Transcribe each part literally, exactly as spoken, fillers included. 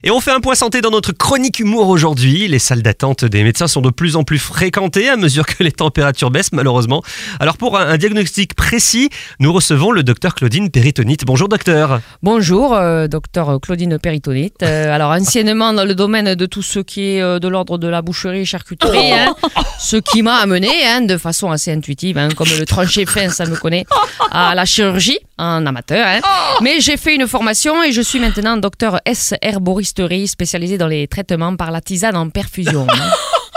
Et on fait un point santé dans notre chronique humour aujourd'hui. Les salles d'attente des médecins sont de plus en plus fréquentées à mesure que les températures baissent malheureusement. Alors pour un, un diagnostic précis, nous recevons le docteur Claudine Péritonite. Bonjour docteur. Bonjour euh, docteur Claudine Péritonite. Euh, alors anciennement dans le domaine de tout ce qui est euh, de l'ordre de la boucherie et charcuterie, hein, ce qui m'a amené hein, de façon assez intuitive, hein, comme le tranché fin, ça me connaît, à la chirurgie en amateur. Hein. Mais j'ai fait une formation et je suis maintenant docteur S herboristerie spécialisée dans les traitements par la tisane en perfusion. Hein.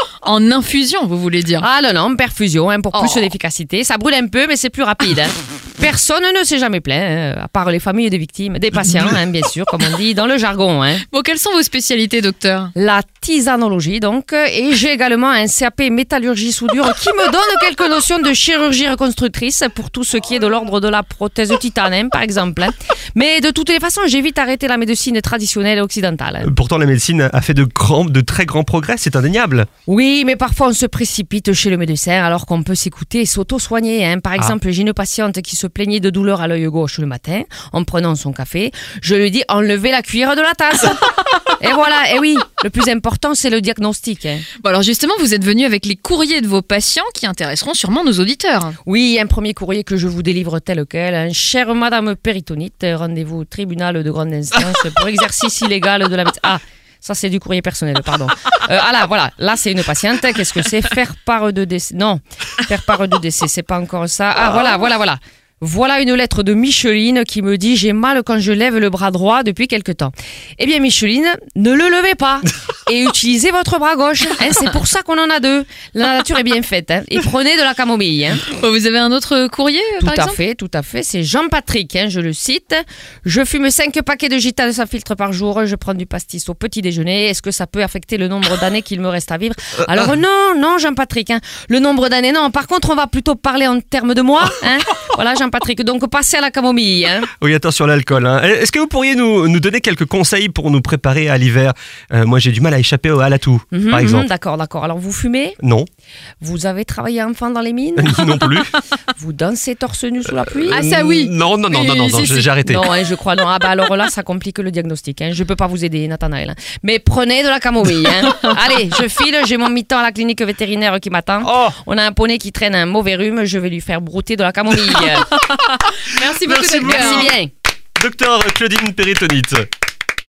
En infusion, vous voulez dire? Ah non, non, perfusion, hein, pour oh. plus d'efficacité. Ça brûle un peu, mais c'est plus rapide. Hein. Personne ne s'est jamais plaint, hein, à part les familles des victimes, des patients, hein, bien sûr, comme on dit dans le jargon. Hein. Bon, quelles sont vos spécialités, docteur? La tisanologie, donc, et j'ai également un C A P métallurgie soudure qui me donne quelques notions de chirurgie reconstructrice pour tout ce qui est de l'ordre de la prothèse de titane, hein, par exemple. Hein. Mais de toutes les façons, j'ai vite arrêté la médecine traditionnelle occidentale. Hein. Pourtant, la médecine a fait de, grands, de très grands progrès, c'est indéniable. Oui, mais parfois on se précipite chez le médecin alors qu'on peut s'écouter et s'auto-soigner. Hein. Par exemple, ah. j'ai une patiente qui se plaignait de douleur à l'œil gauche le matin en prenant son café. Je lui dis enlevez la cuillère de la tasse. Et voilà, et oui, le plus important c'est le diagnostic. Hein. Bon alors justement, vous êtes venu avec les courriers de vos patients qui intéresseront sûrement nos auditeurs. Oui, un premier courrier que je vous délivre tel quel. Hein. Chère Madame Péritonite, rendez-vous au tribunal de grande instance pour exercice illégal de la médecine. Ah, ça, c'est du courrier personnel, pardon. Euh, ah là, voilà. Là, c'est une patiente. Qu'est-ce que c'est? Faire part de décès. Non, faire part de décès, c'est pas encore ça. Ah, voilà, voilà, voilà. Voilà une lettre de Micheline qui me dit « J'ai mal quand je lève le bras droit depuis quelque temps. » Eh bien, Micheline, ne le levez pas et utilisez votre bras gauche. Hein, c'est pour ça qu'on en a deux. La nature est bien faite. Hein, et prenez de la camomille. Hein. Vous avez un autre courrier, tout par exemple? Tout à fait, tout à fait. C'est Jean-Patrick, hein, je le cite. « Je fume cinq paquets de gitane sans filtre par jour. Je prends du pastis au petit déjeuner. Est-ce que ça peut affecter le nombre d'années qu'il me reste à vivre ?» Alors non, non, Jean-Patrick. Hein, le nombre d'années, non. Par contre, on va plutôt parler en termes de mois. Hein. Voilà, Jean-Patrick. Donc, passez à la camomille. Hein. Oui, attention à l'alcool. Hein. Est-ce que vous pourriez nous, nous donner quelques conseils pour nous préparer à l'hiver? euh, Moi, j'ai du mal à échapper à la toux, mmh, par exemple. Mmh, d'accord, d'accord. Alors, vous fumez? Non. Vous avez travaillé enfant dans les mines? Non plus. Vous dansez torse nu sous la pluie? Ah, ça oui. Non, non, non, oui, non, non, non si, j'ai si. arrêté. Non, hein, je crois, non. Ah, bah alors là, ça complique le diagnostic. Hein. Je peux pas vous aider, Nathanaël. Hein. Mais prenez de la camomille. Hein. Allez, je file, j'ai mon mi-temps à la clinique vétérinaire qui m'attend. Oh. On a un poney qui traîne un mauvais rhume, je vais lui faire brouter de la camomille. Merci beaucoup, Merci docteur. Merci bien. Docteur Claudine Péritonite.